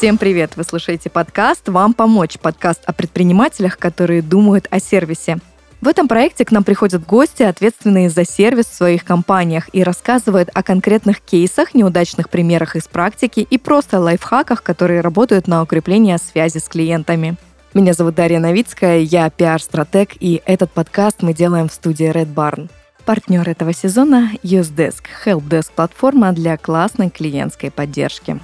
Всем привет! Вы слушаете подкаст «Вам помочь», подкаст о предпринимателях, которые думают о сервисе. В этом проекте к нам приходят гости, ответственные за сервис в своих компаниях, и рассказывают о конкретных кейсах, неудачных примерах из практики и просто лайфхаках, которые работают на укрепление связи с клиентами. Меня зовут Дарья Новицкая, я пиар-стратег, и этот подкаст мы делаем в студии Red Barn. Партнер этого сезона – UseDesk, helpdesk-платформа для классной клиентской поддержки.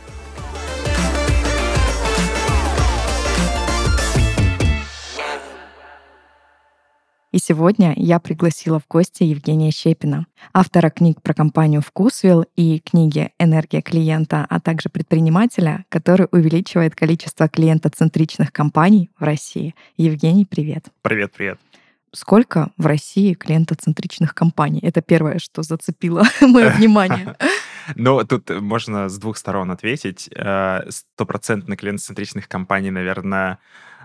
И сегодня я пригласила в гости Евгения Щепина, автора книг про компанию «Вкусвилл» и книги «Энергия клиента», а также предпринимателя, который увеличивает количество клиентоцентричных компаний в России. Евгений, привет. Привет. Сколько в России клиентоцентричных компаний? Это первое, что зацепило мое внимание. Ну, тут можно с двух сторон ответить. Стопроцентно клиентоцентричных компаний, наверное,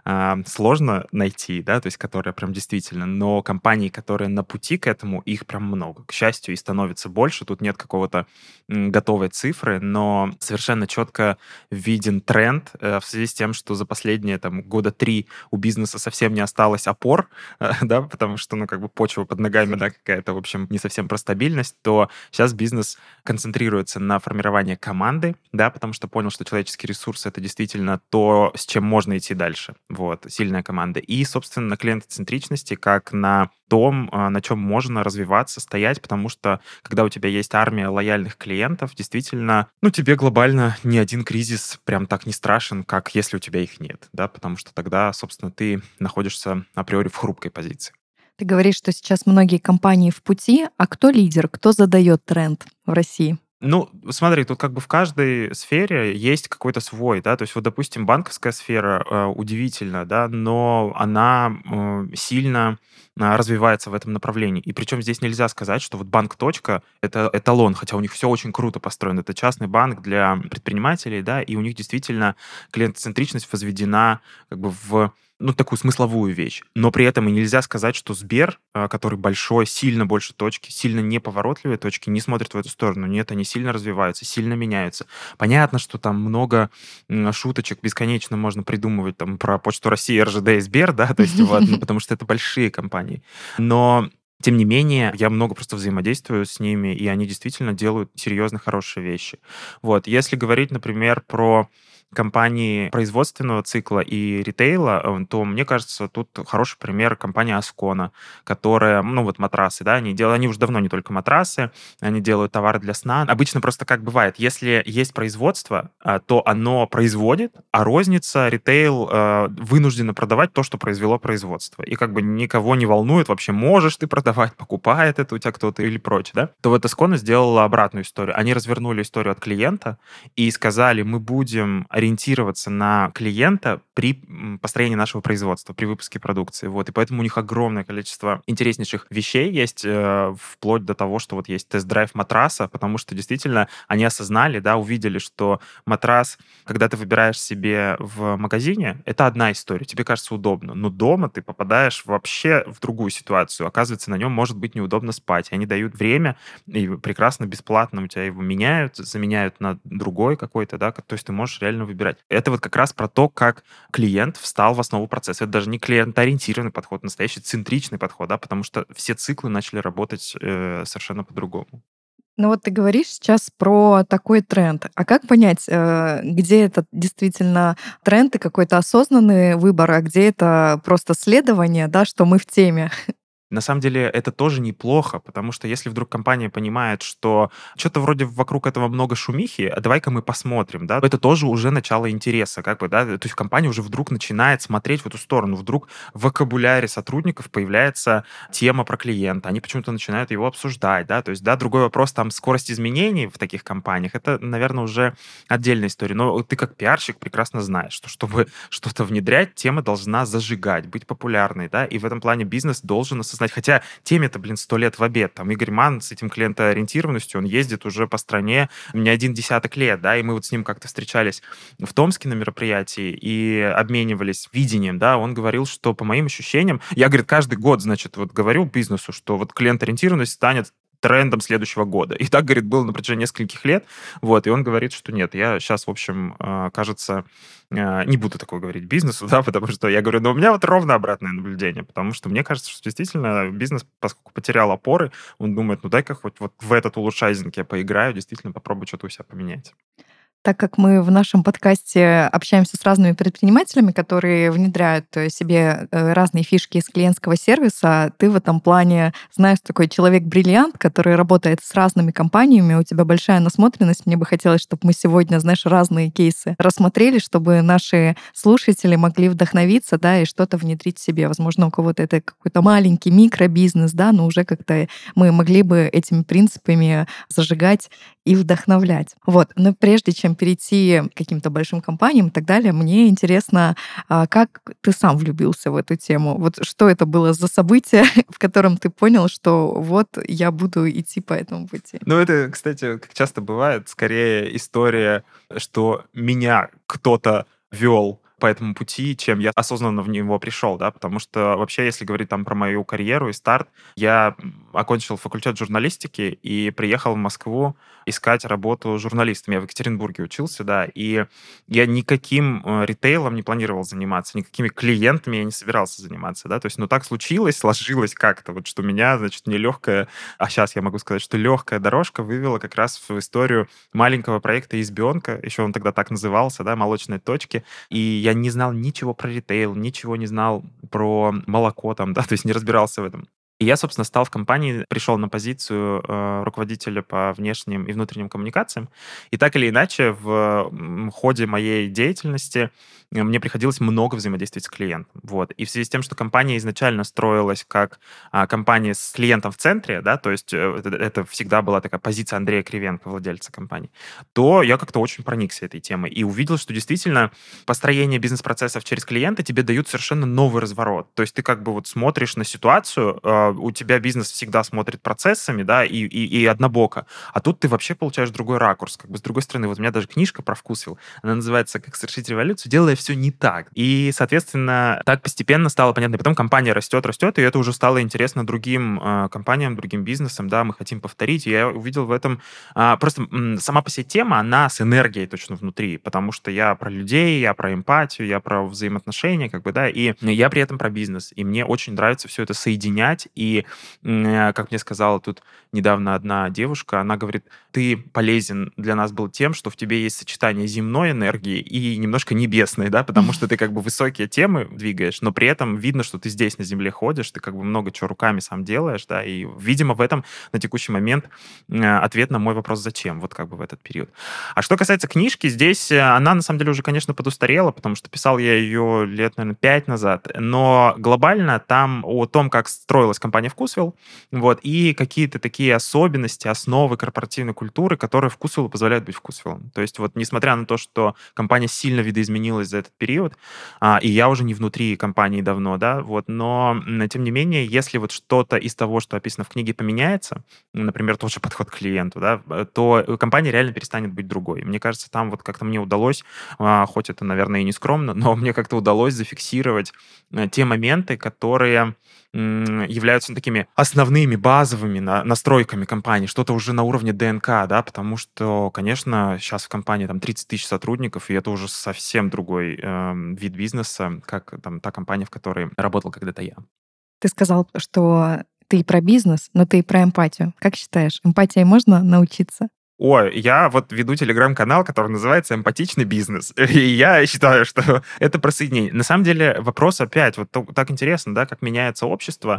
сложно найти, да, то есть которые прям действительно, но компаний, которые на пути к этому, их прям много. К счастью, и становится больше. Тут нет какого-то готовой цифры, но совершенно четко виден тренд в связи с тем, что за последние там года 3 у бизнеса совсем не осталось опор, да, потому что, ну, как бы почва под ногами, да, какая-то, в общем, не совсем про стабильность, то сейчас бизнес концентрируется на формировании команды, да, потому что понял, что человеческий ресурс — это действительно то, с чем можно идти дальше. Вот, сильная команда. И, собственно, на клиентоцентричности, как на том, на чем можно развиваться, стоять, потому что, когда у тебя есть армия лояльных клиентов, действительно, ну, тебе глобально ни один кризис прям так не страшен, как если у тебя их нет, да, потому что тогда, собственно, ты находишься априори в хрупкой позиции. Ты говоришь, что сейчас многие компании в пути, а кто лидер, кто задает тренд в России? Ну, смотри, тут как бы в каждой сфере есть какой-то свой, да, то есть вот, допустим, банковская сфера удивительна, да, но она сильно развивается в этом направлении. И причем здесь нельзя сказать, что вот банк «Точка» — это эталон, хотя у них все очень круто построено. Это частный банк для предпринимателей, да, и у них действительно клиентоцентричность возведена как бы в ну, такую смысловую вещь. Но при этом и нельзя сказать, что Сбер, который большой, сильно больше точки, сильно неповоротливые точки, не смотрит в эту сторону. Нет, они сильно развиваются, сильно меняются. Понятно, что там много шуточек бесконечно можно придумывать там про Почту России, РЖД и Сбер, да, то есть вот, ну, потому что это большие компании. Но тем не менее, я много просто взаимодействую с ними, и они действительно делают серьезно хорошие вещи. Вот, если говорить, например, про компании производственного цикла и ритейла, то, мне кажется, тут хороший пример компания Ascona, которая, ну вот матрасы, да, они уже давно не только матрасы, они делают товары для сна. Обычно просто как бывает, если есть производство, то оно производит, а розница, ритейл вынуждена продавать то, что произвело производство. И как бы никого не волнует вообще, можешь ты продавать, покупает это у тебя кто-то или прочее, да? То вот Ascona сделала обратную историю. Они развернули историю от клиента и сказали, мы будем ориентироваться на клиента при построении нашего производства, при выпуске продукции. Вот. И поэтому у них огромное количество интереснейших вещей есть, вплоть до того, что вот есть тест-драйв матраса, потому что действительно они осознали, да, увидели, что матрас, когда ты выбираешь себе в магазине, это одна история, тебе кажется удобно, но дома ты попадаешь вообще в другую ситуацию. Оказывается, на нем может быть неудобно спать. Они дают время, и прекрасно, бесплатно у тебя его меняют, заменяют на другой какой-то, да, то есть ты можешь реально выбирать. Это вот как раз про то, как клиент встал в основу процесса. Это даже не клиентоориентированный подход, настоящий центричный подход, да, потому что все циклы начали работать совершенно по-другому. Ну вот ты говоришь сейчас про такой тренд. А как понять, где это действительно тренд и какой-то осознанный выбор, а где это просто следование, да, что мы в теме? На самом деле это тоже неплохо, потому что если вдруг компания понимает, что что-то вроде вокруг этого много шумихи, а давай-ка мы посмотрим, да, это тоже уже начало интереса, как бы, да, то есть компания уже вдруг начинает смотреть в эту сторону, вдруг в вокабуляре сотрудников появляется тема про клиента, они почему-то начинают его обсуждать, да, то есть, да, другой вопрос, там, скорость изменений в таких компаниях, это, наверное, уже отдельная история, но ты как пиарщик прекрасно знаешь, что чтобы что-то внедрять, тема должна зажигать, быть популярной, да, и в этом плане бизнес должен осознать, хотя теме-то, 100 лет в обед. Там Игорь Манн с этим клиентоориентированностью, он ездит уже по стране не один десяток лет, да, и мы вот с ним как-то встречались в Томске на мероприятии и обменивались видением, да, он говорил, что по моим ощущениям, я, говорит, каждый год, значит, вот говорю бизнесу, что вот клиент-ориентированность станет трендом следующего года. И так, говорит, было на протяжении нескольких лет. Вот, и он говорит, что нет, я сейчас, в общем, кажется, не буду такое говорить бизнесу, да, потому что я говорю, но у меня вот ровно обратное наблюдение, потому что мне кажется, что действительно бизнес, поскольку потерял опоры, он думает, ну дай-ка хоть вот в этот улучшайзинг я поиграю, действительно попробую что-то у себя поменять. Так как мы в нашем подкасте общаемся с разными предпринимателями, которые внедряют себе разные фишки из клиентского сервиса, ты в этом плане, знаешь, такой человек-бриллиант, который работает с разными компаниями, у тебя большая насмотренность. Мне бы хотелось, чтобы мы сегодня, знаешь, разные кейсы рассмотрели, чтобы наши слушатели могли вдохновиться, да, и что-то внедрить в себе. Возможно, у кого-то это какой-то маленький микробизнес, да, но уже как-то мы могли бы этими принципами зажигать и вдохновлять. Вот. Но прежде чем перейти к каким-то большим компаниям и так далее, мне интересно, как ты сам влюбился в эту тему? Вот что это было за событие, в котором ты понял, что вот я буду идти по этому пути? Ну, это, кстати, как часто бывает, скорее история, что меня кто-то вел по этому пути, чем я осознанно в него пришел, да, потому что вообще, если говорить там про мою карьеру и старт, я окончил факультет журналистики и приехал в Москву искать работу журналистом. Я в Екатеринбурге учился, да, и я никаким ритейлом не планировал заниматься, никакими клиентами я не собирался заниматься, да, то есть, ну, так случилось, сложилось как-то, вот, что меня, значит, нелегкая, а сейчас я могу сказать, что легкая дорожка вывела как раз в историю маленького проекта «Избенка», еще он тогда так назывался, да, «Молочные точки», и я не знал ничего про ритейл, ничего не знал про молоко там, да, то есть не разбирался в этом. И я, собственно, стал в компании, пришел на позицию руководителя по внешним и внутренним коммуникациям. И так или иначе, в ходе моей деятельности мне приходилось много взаимодействовать с клиентом. Вот. И в связи с тем, что компания изначально строилась как компания с клиентом в центре, да, то есть это всегда была такая позиция Андрея Кривенко, владельца компании, то я как-то очень проникся этой темой и увидел, что действительно построение бизнес-процессов через клиента тебе дают совершенно новый разворот. То есть ты как бы вот смотришь на ситуацию, у тебя бизнес всегда смотрит процессами, да, и однобоко, а тут ты вообще получаешь другой ракурс. Как бы с другой стороны, вот у меня даже книжка про вкусвилл, она называется «Как совершить революцию, делая все не так». И, соответственно, так постепенно стало понятно. И потом компания растет, растет, и это уже стало интересно другим компаниям, другим бизнесам, да, мы хотим повторить. И я увидел в этом просто сама по себе тема, она с энергией точно внутри, потому что я про людей, я про эмпатию, я про взаимоотношения, как бы, да, и я при этом про бизнес. И мне очень нравится все это соединять. И, как мне сказала тут недавно одна девушка, она говорит, ты полезен для нас был тем, что в тебе есть сочетание земной энергии и немножко небесной, да, потому что ты как бы высокие темы двигаешь, но при этом видно, что ты здесь на земле ходишь, ты как бы много чего руками сам делаешь, да, и, видимо, в этом на текущий момент ответ на мой вопрос «Зачем?» Вот как бы в этот период. А что касается книжки, здесь она, на самом деле, уже, конечно, подустарела, потому что писал я ее лет, наверное, 5 назад, но глобально там о том, как строилась компания «Вкусвилл», вот, и какие-то такие особенности, основы корпоративной культуры, которые «Вкусвиллу» позволяют быть «Вкусвиллом». То есть вот, несмотря на то, что компания сильно видоизменилась за этот период, и я уже не внутри компании давно, да, вот, но, тем не менее, если вот что-то из того, что описано в книге, поменяется, например, тот же подход к клиенту, да, то компания реально перестанет быть другой. Мне кажется, там вот как-то мне удалось, хоть это, наверное, и не скромно, но мне как-то удалось зафиксировать те моменты, которые являются такими основными, базовыми настройками компании, что-то уже на уровне ДНК, да, потому что, конечно, сейчас в компании там 30 тысяч сотрудников, и это уже совсем другой вид бизнеса, как там та компания, в которой работал когда-то я. Ты сказал, что ты и про бизнес, но ты и про эмпатию. Как считаешь, эмпатии можно научиться? Ой, я вот веду телеграм-канал, который называется «Эмпатичный бизнес». И я считаю, что это про соединение. На самом деле вопрос опять, вот так интересно, да, как меняется общество.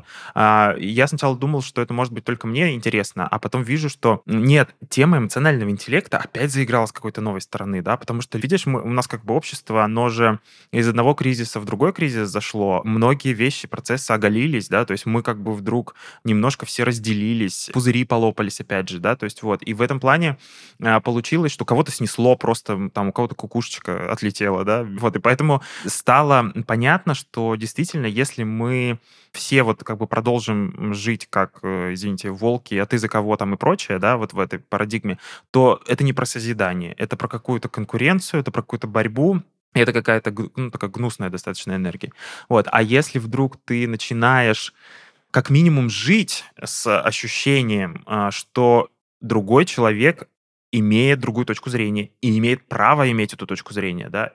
Я сначала думал, что это может быть только мне интересно, а потом вижу, что нет, тема эмоционального интеллекта опять заиграла с какой-то новой стороны, да, потому что, видишь, у нас как бы общество, оно же из одного кризиса в другой кризис зашло, многие вещи, процессы оголились, да, то есть мы как бы вдруг немножко все разделились, пузыри полопались опять же, да, то есть вот, и в этом плане получилось, что кого-то снесло просто, там у кого-то кукушечка отлетела, да, вот, и поэтому стало понятно, что действительно, если мы все вот как бы продолжим жить как, извините, волки, а ты за кого там и прочее, да, вот в этой парадигме, то это не про созидание, это про какую-то конкуренцию, это про какую-то борьбу, и это какая-то, ну, такая гнусная достаточно энергия. Вот. А если вдруг ты начинаешь как минимум жить с ощущением, что другой человек имеет другую точку зрения и имеет право иметь эту точку зрения, да,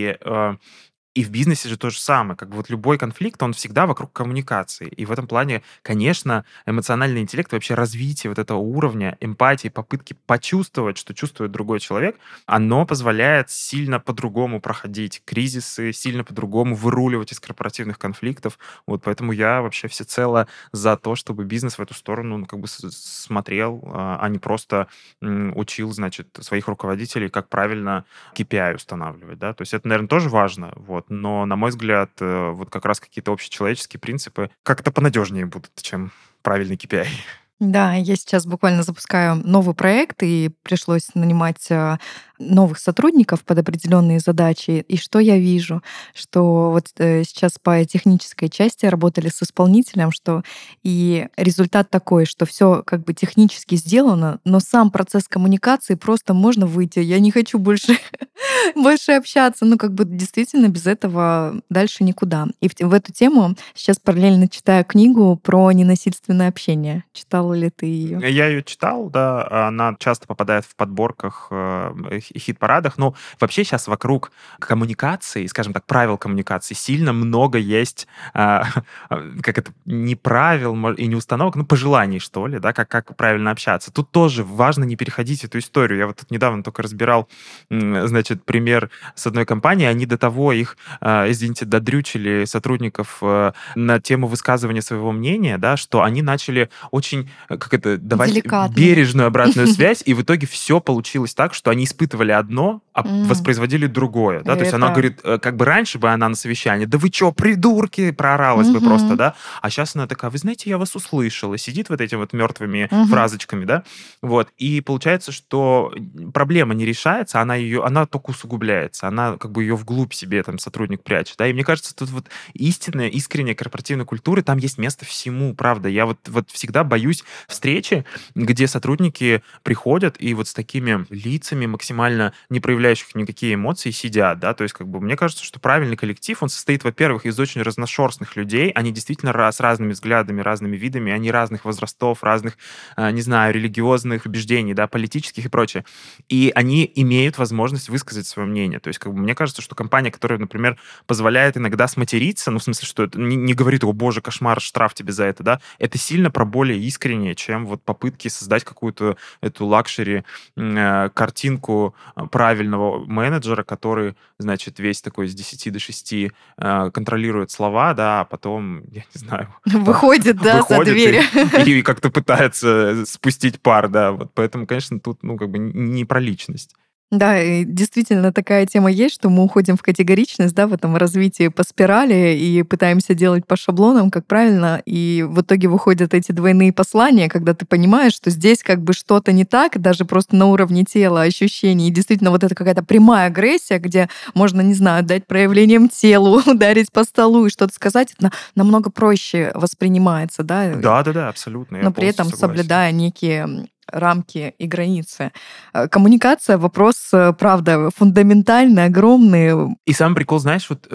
и в бизнесе же то же самое. Как бы вот любой конфликт, он всегда вокруг коммуникации. И в этом плане, конечно, эмоциональный интеллект, вообще развитие вот этого уровня эмпатии, попытки почувствовать, что чувствует другой человек, оно позволяет сильно по-другому проходить кризисы, сильно по-другому выруливать из корпоративных конфликтов. Вот поэтому я вообще всецело за то, чтобы бизнес в эту сторону ну, как бы смотрел, а не просто учил, значит, своих руководителей, как правильно KPI устанавливать, да. То есть это, наверное, тоже важно, вот. Но, на мой взгляд, вот как раз какие-то общечеловеческие принципы как-то понадежнее будут, чем правильный KPI. Да, я сейчас буквально запускаю новый проект, и пришлось нанимать новых сотрудников под определенные задачи. И что я вижу? Что вот сейчас по технической части работали с исполнителем, что и результат такой, что все как бы технически сделано, но сам процесс коммуникации просто можно выйти. Я не хочу больше, больше общаться. Ну, как бы действительно без этого дальше никуда. И в эту тему сейчас параллельно читаю книгу про ненасильственное общение. Читала ли ты ее? Я ее читал, да, она часто попадает в подборках, хит-парадах. Но вообще сейчас вокруг коммуникации, скажем так, правил коммуникации сильно много есть, как это, не правил и не установок, ну, пожеланий, что ли, да, как правильно общаться. Тут тоже важно не переходить эту историю. Я вот тут недавно только разбирал, значит, пример с одной компанией. Они до того их, извините, додрючили сотрудников на тему высказывания своего мнения, да, что они начали очень, как это, давать Деликатно. бережную обратную связь, и в итоге все получилось так, что они испытывали одно, а М. воспроизводили другое, да, то есть она Это- говорит, как бы раньше бы она на совещании, да вы чё, придурки, прооралась бы просто, Мгм. да, а сейчас она такая, вы знаете, я вас услышала, сидит вот этими вот мертвыми Мгм. фразочками, да, вот, и получается, что проблема не решается, она только усугубляется, она как бы ее вглубь себе там сотрудник прячет, да, и мне кажется, тут вот истинная, искренняя корпоративная культура, там есть место всему, правда, я вот всегда боюсь встречи, где сотрудники приходят и вот с такими лицами максимально не проявляющих никакие эмоции сидят, да, то есть как бы мне кажется, что правильный коллектив, он состоит, во-первых, из очень разношерстных людей, они действительно с разными взглядами, разными видами, они разных возрастов, разных, не знаю, религиозных убеждений, да, политических и прочее, и они имеют возможность высказать свое мнение, то есть как бы мне кажется, что компания, которая, например, позволяет иногда сматериться, ну, в смысле, что это не говорит, о боже, кошмар, штраф тебе за это, да, это сильно про более искреннее, чем вот попытки создать какую-то эту лакшери картинку правильного менеджера, который, значит, весь такой с 10 до 6 контролирует слова, да, а потом, я не знаю, Выходит, да, за выходит дверь. и как-то пытается спустить пар, да, вот поэтому, конечно, тут, ну, как бы не про личность. Да, и действительно такая тема есть, что мы уходим в категоричность, да, в этом развитии по спирали и пытаемся делать по шаблонам, как правильно, и в итоге выходят эти двойные послания, когда ты понимаешь, что здесь как бы что-то не так, даже просто на уровне тела, ощущений. И действительно вот это какая-то прямая агрессия, где можно, не знаю, дать проявлением телу, ударить по столу и что-то сказать, это намного проще воспринимается, да, Да-да-да, абсолютно, я но при полностью этом согласен. соблюдая некие рамки и границы. Коммуникация — вопрос, правда, фундаментальный, огромный. И самый прикол, знаешь, вот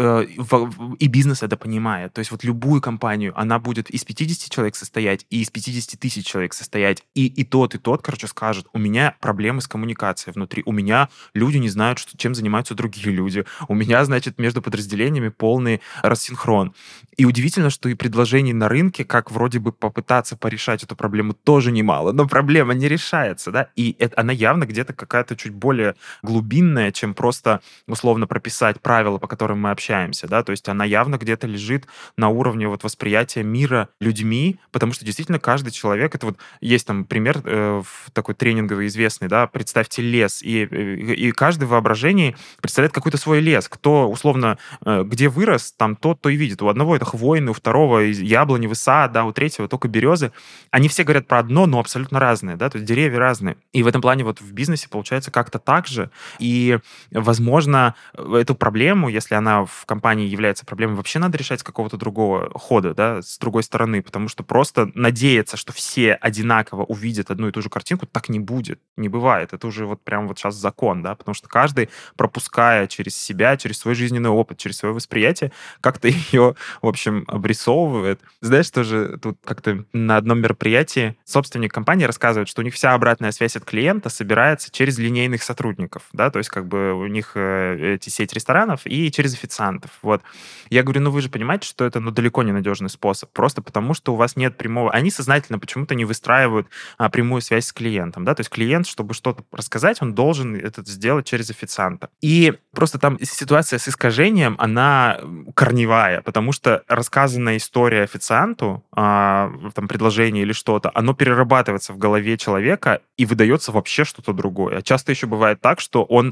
и бизнес это понимает. То есть вот любую компанию, она будет из 50 человек состоять, и из 50 тысяч человек состоять. И тот, короче, скажет, у меня проблемы с коммуникацией внутри, у меня люди не знают, чем занимаются другие люди, у меня, значит, между подразделениями полный рассинхрон. И удивительно, что и предложений на рынке, как вроде бы попытаться порешать эту проблему, тоже немало, но проблема не решается, да, и она явно где-то какая-то чуть более глубинная, чем просто условно прописать правила, по которым мы общаемся, да, то есть она явно где-то лежит на уровне вот восприятия мира людьми, потому что действительно каждый человек, это вот есть там пример такой тренинговый известный, да, представьте лес, и каждый в воображении представляет какой-то свой лес, кто условно где вырос, там тот, то и видит, у одного это хвойный, у второго яблоневый сад, да, у третьего только березы, они все говорят про одно, но абсолютно разное, да, да, то есть деревья разные. И в этом плане вот в бизнесе получается как-то так же. И, возможно, эту проблему, если она в компании является проблемой, вообще надо решать с какого-то другого хода, да, с другой стороны, потому что просто надеяться, что все одинаково увидят одну и ту же картинку, так не будет, не бывает. Это уже вот прям вот сейчас закон, да, потому что каждый, пропуская через себя, через свой жизненный опыт, через свое восприятие, как-то ее, в общем, обрисовывает. Знаешь, тоже тут как-то на одном мероприятии собственник компании рассказывает, что у них вся обратная связь от клиента собирается через линейных сотрудников, да, то есть как бы у них эти сеть ресторанов и через официантов, вот. Я говорю, ну вы же понимаете, что это, ну, далеко не надежный способ, просто потому что у вас нет прямого... Они сознательно почему-то не выстраивают прямую связь с клиентом, да, то есть клиент, чтобы что-то рассказать, он должен это сделать через официанта. И просто там ситуация с искажением, она корневая, потому что рассказанная история официанту, там, предложение или что-то, оно перерабатывается в голове человека и выдается вообще что-то другое. Часто еще бывает так, что он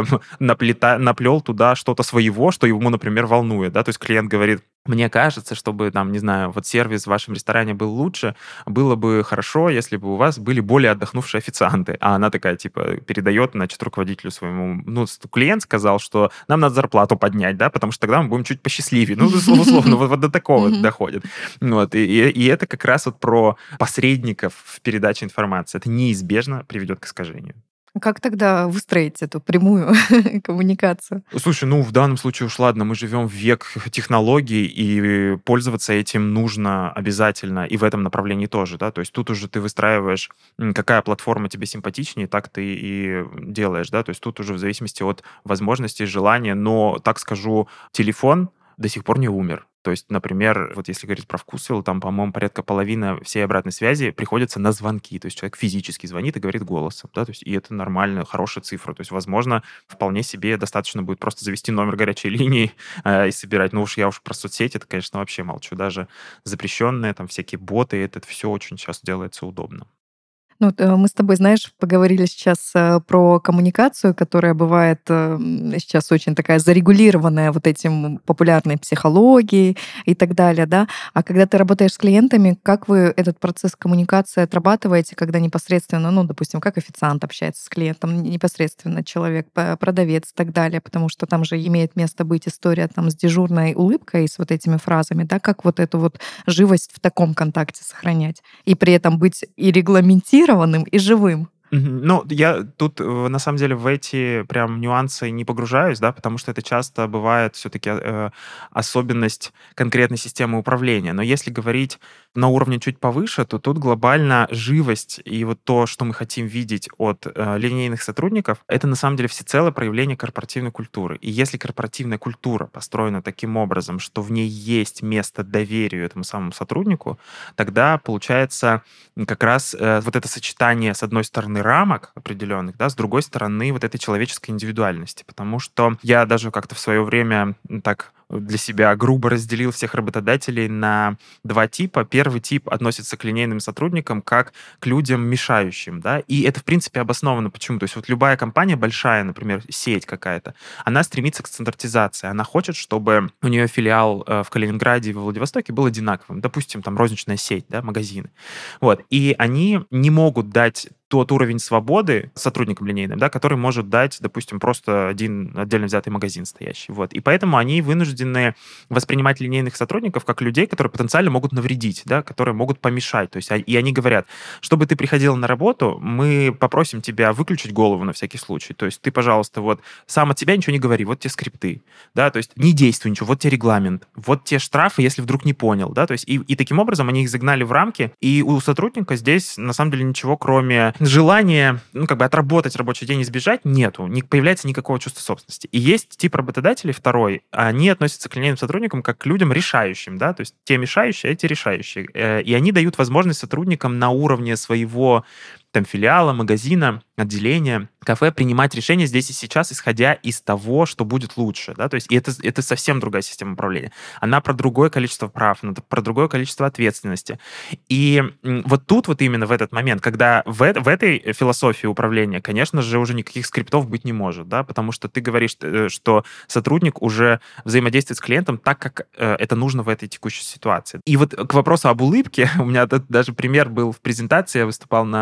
наплел туда что-то своего, что ему, например, волнует, да, то есть клиент говорит, мне кажется, чтобы, там, не знаю, вот сервис в вашем ресторане был лучше, было бы хорошо, если бы у вас были более отдохнувшие официанты. А она такая, типа, передает, значит, руководителю своему. Ну, клиент сказал, что нам надо зарплату поднять, да, потому что тогда мы будем чуть посчастливее. Ну, условно, вот до такого доходит. Вот, и это как раз вот про посредников в передаче информации. Это неизбежно приведет к искажению. Как тогда выстроить эту прямую коммуникацию? Слушай, ну, в данном случае уж ладно, мы живем в век технологий, и пользоваться этим нужно обязательно, и в этом направлении тоже, да, то есть тут уже ты выстраиваешь, какая платформа тебе симпатичнее, так ты и делаешь, да, то есть тут уже в зависимости от возможностей, желания, но, так скажу, телефон до сих пор не умер. То есть, например, вот если говорить про Вкусвилл, там, по-моему, порядка половины всей обратной связи приходится на звонки. То есть человек физически звонит и говорит голосом. Да? То есть, и это нормальная, хорошая цифра. То есть, возможно, вполне себе достаточно будет просто завести номер горячей линии и собирать. Ну уж я уж про соцсети, это, конечно, вообще молчу. Даже запрещенные, там, всякие боты, это все очень сейчас делается удобно. Ну, вот, мы с тобой, знаешь, поговорили сейчас про коммуникацию, которая бывает сейчас очень такая зарегулированная вот этим популярной психологией и так далее, да. А когда ты работаешь с клиентами, как вы этот процесс коммуникации отрабатываете, когда непосредственно, ну, допустим, как официант общается с клиентом, непосредственно человек, продавец и так далее, потому что там же имеет место быть история там с дежурной улыбкой и с вот этими фразами, да, как вот эту вот живость в таком контакте сохранять и при этом быть и регламентированным, и живым. Ну, я тут, на самом деле, в эти прям нюансы не погружаюсь, да, потому что это часто бывает все-таки особенность конкретной системы управления. Но если говорить на уровне чуть повыше, то тут глобально живость и вот то, что мы хотим видеть от линейных сотрудников, это на самом деле всецело проявление корпоративной культуры. И если корпоративная культура построена таким образом, что в ней есть место доверию этому самому сотруднику, тогда получается как раз вот это сочетание, с одной стороны, рамок определенных, да, с другой стороны, вот этой человеческой индивидуальности. Потому что я даже как-то в свое время так для себя грубо разделил всех работодателей на два типа. Первый тип относится к линейным сотрудникам как к людям мешающим, да, и это, в принципе, обосновано. Почему? То есть вот любая компания большая, например, сеть какая-то, она стремится к стандартизации, она хочет, чтобы у нее филиал в Калининграде и во Владивостоке был одинаковым. Допустим, там розничная сеть, да, магазины. Вот, и они не могут дать тот уровень свободы сотрудникам линейным, да, который может дать, допустим, просто один отдельно взятый магазин стоящий. Вот. И поэтому они вынуждены воспринимать линейных сотрудников как людей, которые потенциально могут навредить, да, которые могут помешать. То есть, и они говорят, чтобы ты приходил на работу, мы попросим тебя выключить голову на всякий случай. То есть ты, пожалуйста, вот сам от себя ничего не говори, вот тебе скрипты, да, то есть не действуй ничего, вот тебе регламент, вот тебе штрафы, если вдруг не понял, да, то есть и таким образом они их загнали в рамки, и у сотрудника здесь на самом деле ничего, кроме желания, ну, как бы отработать рабочий день и сбежать, нету, не появляется никакого чувства собственности. И есть тип работодателей второй, они относятся к линейным сотрудникам как к людям решающим, да, то есть те мешающие, а эти решающие. И они дают возможность сотрудникам на уровне своего там филиала, магазина, отделения, кафе принимать решения здесь и сейчас, исходя из того, что будет лучше, да, то есть и это совсем другая система управления. Она про другое количество прав, она про другое количество ответственности. И вот тут вот именно в этот момент, когда в этой философии управления, конечно же, уже никаких скриптов быть не может, да, потому что ты говоришь, что сотрудник уже взаимодействует с клиентом так, как это нужно в этой текущей ситуации. И вот к вопросу об улыбке, у меня тут даже пример был в презентации, я выступал на большой конференции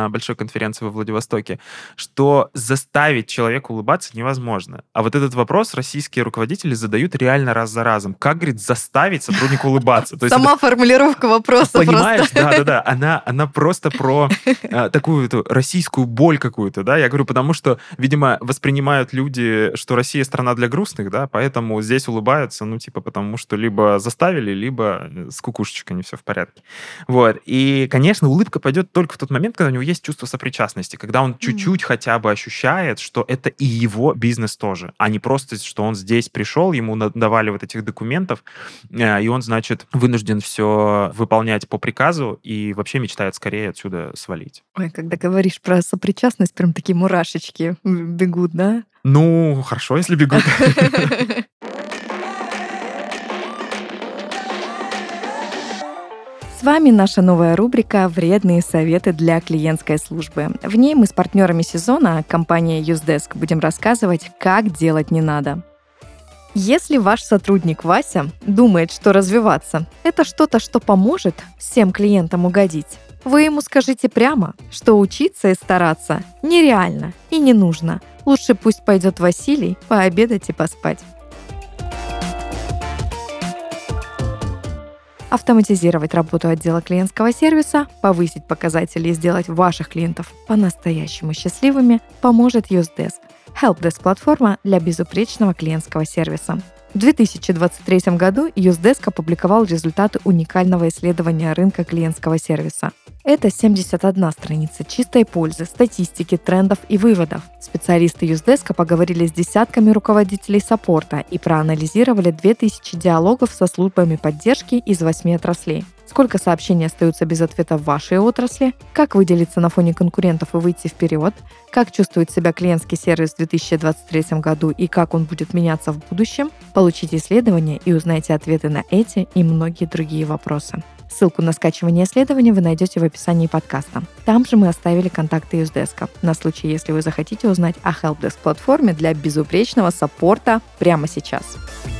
конференции во Владивостоке, что заставить человека улыбаться невозможно. А вот этот вопрос российские руководители задают реально раз за разом. Как, говорит, заставить сотрудника улыбаться? Сама формулировка вопроса просто. Понимаешь, да. Она просто про такую эту российскую боль какую-то, да. Я говорю, потому что, видимо, воспринимают люди, что Россия страна для грустных, да, поэтому здесь улыбаются, потому что либо заставили, либо с кукушечкой не все в порядке. Вот. И, конечно, улыбка пойдет только в тот момент, когда у него есть чувство сопричастности, когда он чуть-чуть хотя бы ощущает, что это и его бизнес тоже, а не просто, что он здесь пришел, ему давали вот этих документов, и он, значит, вынужден все выполнять по приказу и вообще мечтает скорее отсюда свалить. Ой, когда говоришь про сопричастность, прям такие мурашечки бегут, да? Ну, хорошо, если бегут. С вами наша новая рубрика «Вредные советы для клиентской службы». В ней мы с партнерами сезона, компанией Юздеск, будем рассказывать, как делать не надо. Если ваш сотрудник Вася думает, что развиваться – это что-то, что поможет всем клиентам угодить, вы ему скажите прямо, что учиться и стараться нереально и не нужно. Лучше пусть пойдет Василий пообедать и поспать. Автоматизировать работу отдела клиентского сервиса, повысить показатели и сделать ваших клиентов по-настоящему счастливыми поможет Юздеск. Helpdesk-платформа для безупречного клиентского сервиса. В 2023 году Юздеск опубликовал результаты уникального исследования рынка клиентского сервиса. Это 71 страница чистой пользы, статистики, трендов и выводов. Специалисты Юздеска поговорили с десятками руководителей саппорта и проанализировали 2000 диалогов со службами поддержки из 8 отраслей. Сколько сообщений остаются без ответа в вашей отрасли, как выделиться на фоне конкурентов и выйти вперед, как чувствует себя клиентский сервис в 2023 году и как он будет меняться в будущем. Получите исследование и узнайте ответы на эти и многие другие вопросы. Ссылку на скачивание исследования вы найдете в описании подкаста. Там же мы оставили контакты Юздеска, на случай, если вы захотите узнать о Helpdesk-платформе для безупречного саппорта прямо сейчас.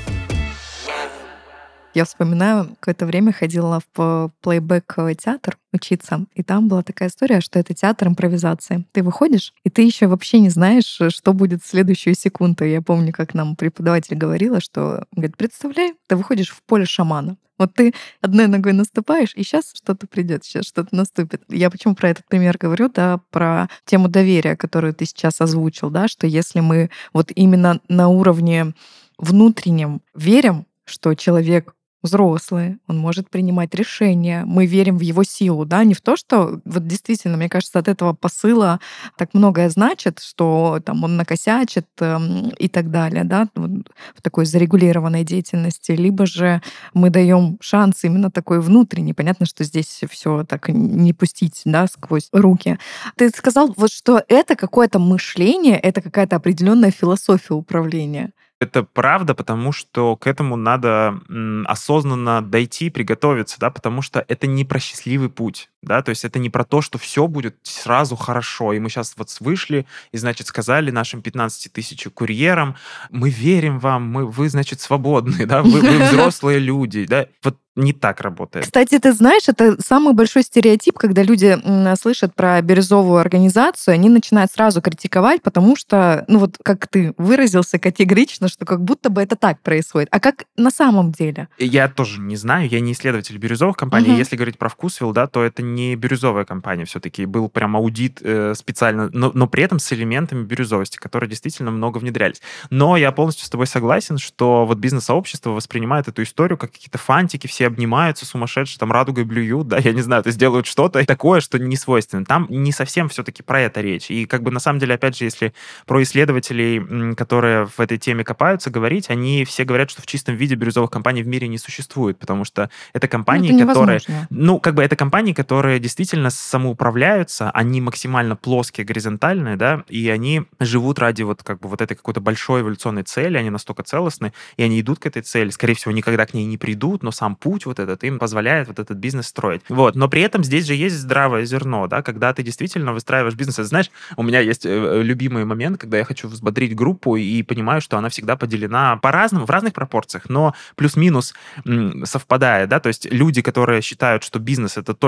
Я вспоминаю, какое-то время ходила в плейбэк-театр учиться, и там была такая история, что это театр импровизации. Ты выходишь, и ты еще вообще не знаешь, что будет в следующую секунду. Я помню, как нам преподаватель говорила, что, говорит, представляй, ты выходишь в поле шамана. Вот ты одной ногой наступаешь, и сейчас что-то придет, сейчас что-то наступит. Я почему про этот пример говорю, да, про тему доверия, которую ты сейчас озвучил, да, что если мы вот именно на уровне внутреннем верим, что человек взрослый, он может принимать решения, мы верим в его силу, да, не в то, что вот действительно, мне кажется, от этого посыла так многое значит, что там он накосячит и так далее, да, в такой зарегулированной деятельности, либо же мы даем шанс именно такой внутренний. Понятно, что здесь все так не пустить, да, сквозь руки. Ты сказал, вот что это какое-то мышление, это какая-то определенная философия управления. Это правда, потому что к этому надо осознанно дойти, приготовиться, да, потому что это не про счастливый путь, да, то есть это не про то, что все будет сразу хорошо, и мы сейчас вот вышли и, значит, сказали нашим 15 тысяч курьерам, мы верим вам, вы, значит, свободны, да, вы взрослые люди, да, вот не так работает. Кстати, ты знаешь, это самый большой стереотип, когда люди слышат про бирюзовую организацию, они начинают сразу критиковать, потому что, ну вот как ты выразился категорично, что как будто бы это так происходит. А как на самом деле? Я тоже не знаю, я не исследователь бирюзовых компаний. Угу. Если говорить про Вкусвилл, да, то это не бирюзовая компания все-таки. Был прям аудит специально, но при этом с элементами бирюзовости, которые действительно много внедрялись. Но я полностью с тобой согласен, что вот бизнес-сообщество воспринимает эту историю как какие-то фантики, все обнимаются сумасшедшие, там радугой блюют, да, я не знаю, то есть делают что-то такое, что не свойственно. Там не совсем все-таки про это речь. И как бы на самом деле, опять же, если про исследователей, которые в этой теме копаются, говорить, они все говорят, что в чистом виде бирюзовых компаний в мире не существует, потому что это компании, которые... Ну, как бы это компании, которые действительно самоуправляются, они максимально плоские, горизонтальные, да, и они живут ради вот как бы вот этой какой-то большой эволюционной цели, они настолько целостны, и они идут к этой цели, скорее всего, никогда к ней не придут, но сам путь вот этот им позволяет вот этот бизнес строить. Вот. Но при этом здесь же есть здравое зерно, да, когда ты действительно выстраиваешь бизнес. Знаешь, у меня есть любимый момент, когда я хочу взбодрить группу и понимаю, что она всегда поделена по-разному, в разных пропорциях, но плюс-минус совпадает, да, то есть люди, которые считают, что бизнес — это только про заработок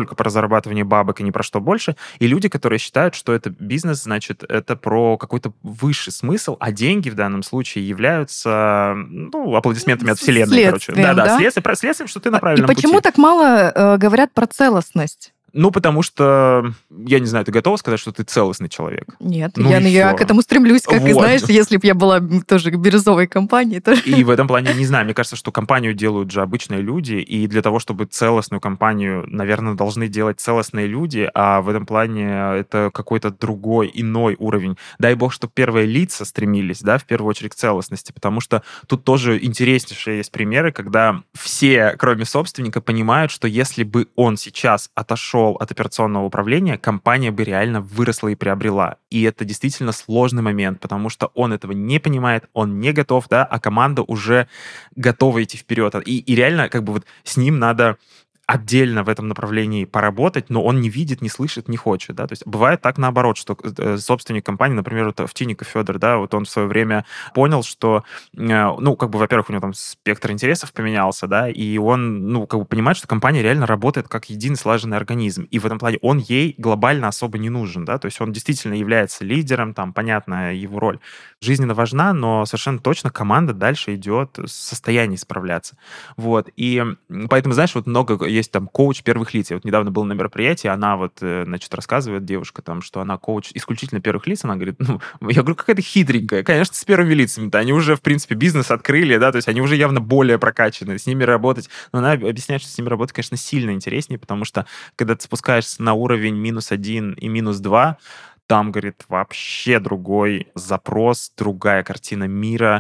зарабатывание бабок и ни про что больше, и люди, которые считают, что это бизнес, значит, это про какой-то высший смысл, а деньги в данном случае являются, ну, аплодисментами от вселенной, короче. Следствием, Да-да, да? следствием, что ты на И правильном почему пути. так мало говорят про целостность? Ну, потому что, я не знаю, ты готова сказать, что ты целостный человек? Нет, Ну и я всё. к этому стремлюсь, как и Вот. знаешь, если бы я была тоже бирюзовой компанией, то... И в этом плане, не знаю, мне кажется, что компанию делают же обычные люди, и для того, чтобы целостную компанию, наверное, должны делать целостные люди, а в этом плане это какой-то другой, иной уровень. Дай бог, чтобы первые лица стремились, да, в первую очередь к целостности, потому что тут тоже интереснейшие есть примеры, когда все, кроме собственника, понимают, что если бы он сейчас отошел от операционного управления, компания бы реально выросла и приобрела. И это действительно сложный момент, потому что он этого не понимает, он не готов, да, а команда уже готова идти вперед. И реально, как бы вот с ним надо отдельно в этом направлении поработать, но он не видит, не слышит, не хочет, да, то есть бывает так наоборот, что собственник компании, например, вот Овчинников Федор, да, вот он в свое время понял, что, ну, как бы, во-первых, у него там спектр интересов поменялся, да, и он, ну, как бы понимает, что компания реально работает как единый слаженный организм, и в этом плане он ей глобально особо не нужен, да, то есть он действительно является лидером, там, понятно, его роль жизненно важна, но совершенно точно команда дальше идет в состоянии справляться, вот, и поэтому, знаешь, вот много есть там коуч первых лиц. Я вот недавно был на мероприятии, она вот, значит, рассказывает, девушка там, что она коуч исключительно первых лиц. Она говорит, ну, я говорю, какая-то хитренькая. Конечно, с первыми лицами-то. Они уже, в принципе, бизнес открыли, да, то есть они уже явно более прокачаны. С ними работать... Но она объясняет, что с ними работать, конечно, сильно интереснее, потому что, когда ты спускаешься на уровень -1 и -2, там, говорит, вообще другой запрос, другая картина мира,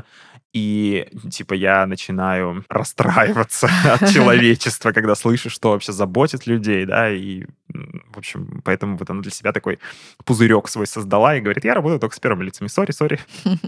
и, типа, я начинаю расстраиваться от человечества, когда слышу, что вообще заботит людей, да, и, в общем, поэтому вот она для себя такой пузырек свой создала и говорит, я работаю только с первыми лицами, сори.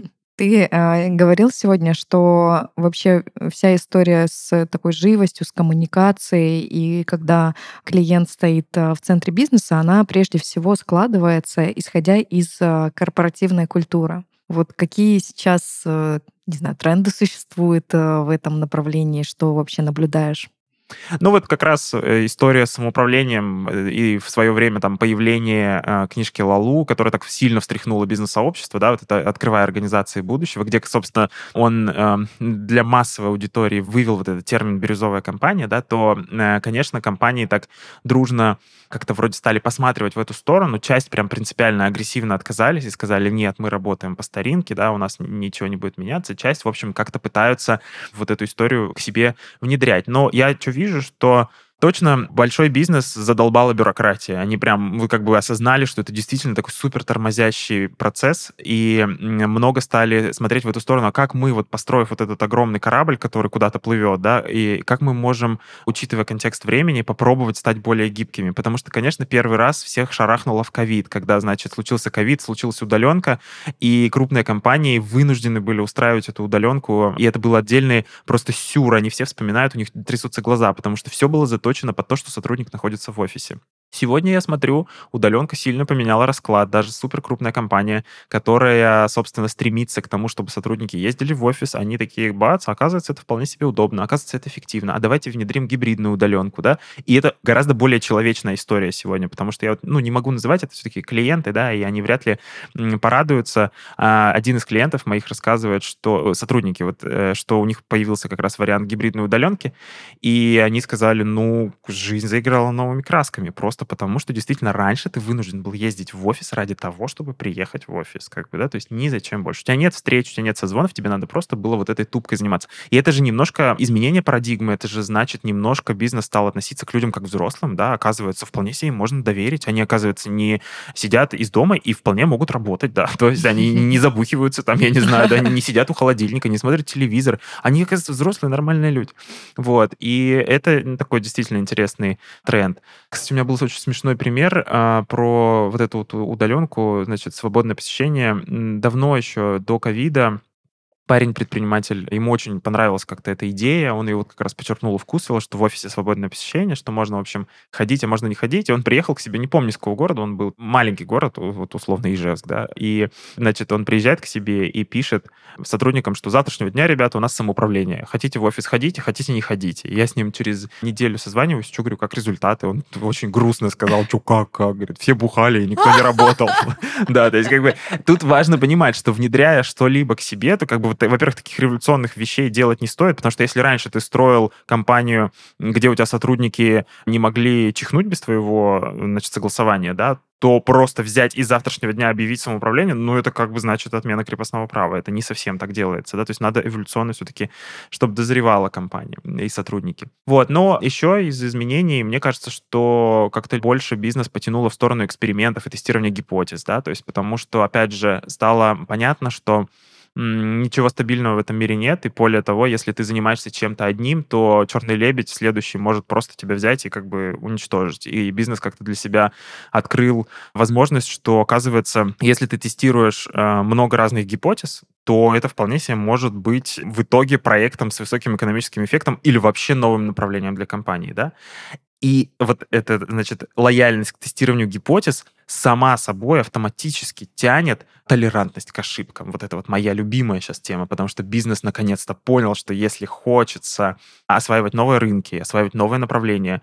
Ты говорил сегодня, что вообще вся история с такой живостью, с коммуникацией, и когда клиент стоит в центре бизнеса, она прежде всего складывается, исходя из корпоративной культуры. Вот какие сейчас, не знаю, тренды существуют в этом направлении, что вообще наблюдаешь? Ну вот как раз история с самоуправлением и в свое время там появление книжки Лалу, которая так сильно встряхнула бизнес-сообщество, да, вот это «Открывая организации будущего», где, собственно, он для массовой аудитории вывел вот этот термин «бирюзовая компания», да, то, конечно, компании так дружно как-то вроде стали посматривать в эту сторону, часть прям принципиально агрессивно отказались и сказали, нет, мы работаем по старинке, да, у нас ничего не будет меняться. Часть, в общем, как-то пытаются вот эту историю к себе внедрять. Но я что вижу, что точно большой бизнес задолбала бюрократия. Они прям вы как бы осознали, что это действительно такой супер тормозящий процесс, и много стали смотреть в эту сторону, а как мы, вот построив вот этот огромный корабль, который куда-то плывет, да, и как мы можем, учитывая контекст времени, попробовать стать более гибкими. Потому что, конечно, первый раз всех шарахнуло в ковид, когда, значит, случился ковид, случилась удаленка, и крупные компании вынуждены были устраивать эту удаленку, и это был отдельный просто сюр. Они все вспоминают, у них трясутся глаза, потому что все было заточено под то, что сотрудник находится в офисе. Сегодня я смотрю, удаленка сильно поменяла расклад. Даже суперкрупная компания, которая, собственно, стремится к тому, чтобы сотрудники ездили в офис, они такие, бац, оказывается, это вполне себе удобно, оказывается, это эффективно. А давайте внедрим гибридную удаленку, да? И это гораздо более человечная история сегодня, потому что я вот, ну, не могу называть это все-таки клиенты, да, и они вряд ли порадуются. Один из клиентов моих рассказывает, что сотрудники, вот, что у них появился как раз вариант гибридной удаленки, и они сказали, ну, жизнь заиграла новыми красками, просто потому что действительно раньше ты вынужден был ездить в офис ради того, чтобы приехать в офис, как бы, да, то есть ни зачем больше. У тебя нет встреч, у тебя нет созвонов, тебе надо просто было вот этой тупкой заниматься. И это же немножко изменение парадигмы, это же значит немножко бизнес стал относиться к людям как к взрослым, да, оказывается, вполне себе им можно доверить, они, оказывается, не сидят из дома и вполне могут работать, да, то есть они не забухиваются там, я не знаю, да, они не сидят у холодильника, не смотрят телевизор, они, оказывается, взрослые, нормальные люди. Вот, и это такой действительно интересный тренд. Кстати, у меня был очень смешной пример про вот эту вот удаленку, значит, свободное посещение. Давно еще, до ковида, парень-предприниматель, ему очень понравилась как-то эта идея, он ее вот как раз подчеркнул и вкусвил, что в офисе свободное посещение, что можно, в общем, ходить, а можно не ходить. И он приехал к себе, не помню, из какого города, он был маленький город, вот условно Ижевск, да, и, значит, он приезжает к себе и пишет сотрудникам, что с завтрашнего дня, ребята, у нас самоуправление. Хотите в офис ходите, хотите не ходите. И я с ним через неделю созваниваюсь, что говорю, как результаты. Он очень грустно сказал, что как, говорит, все бухали, и никто не работал. Да, то есть как бы тут важно понимать, что внедряя что-либо к себе, то как бы, во-первых, таких революционных вещей делать не стоит, потому что если раньше ты строил компанию, где у тебя сотрудники не могли чихнуть без твоего, значит, согласования, да, то просто взять и с завтрашнего дня объявить самоуправление, ну, это как бы значит отмена крепостного права. Это не совсем так делается, да, то есть надо эволюционно все-таки, чтобы дозревала компания и сотрудники. Вот, но еще из изменений, мне кажется, что как-то больше бизнес потянуло в сторону экспериментов и тестирования гипотез, да, то есть потому что, опять же, стало понятно, что ничего стабильного в этом мире нет, и более того, если ты занимаешься чем-то одним, то черный лебедь следующий может просто тебя взять и как бы уничтожить. И бизнес как-то для себя открыл возможность, что, оказывается, если ты тестируешь много разных гипотез, то это вполне себе может быть в итоге проектом с высоким экономическим эффектом или вообще новым направлением для компании, да? И вот эта, значит, лояльность к тестированию гипотез сама собой автоматически тянет толерантность к ошибкам. Вот это вот моя любимая сейчас тема, потому что бизнес наконец-то понял, что если хочется осваивать новые рынки, осваивать новые направления,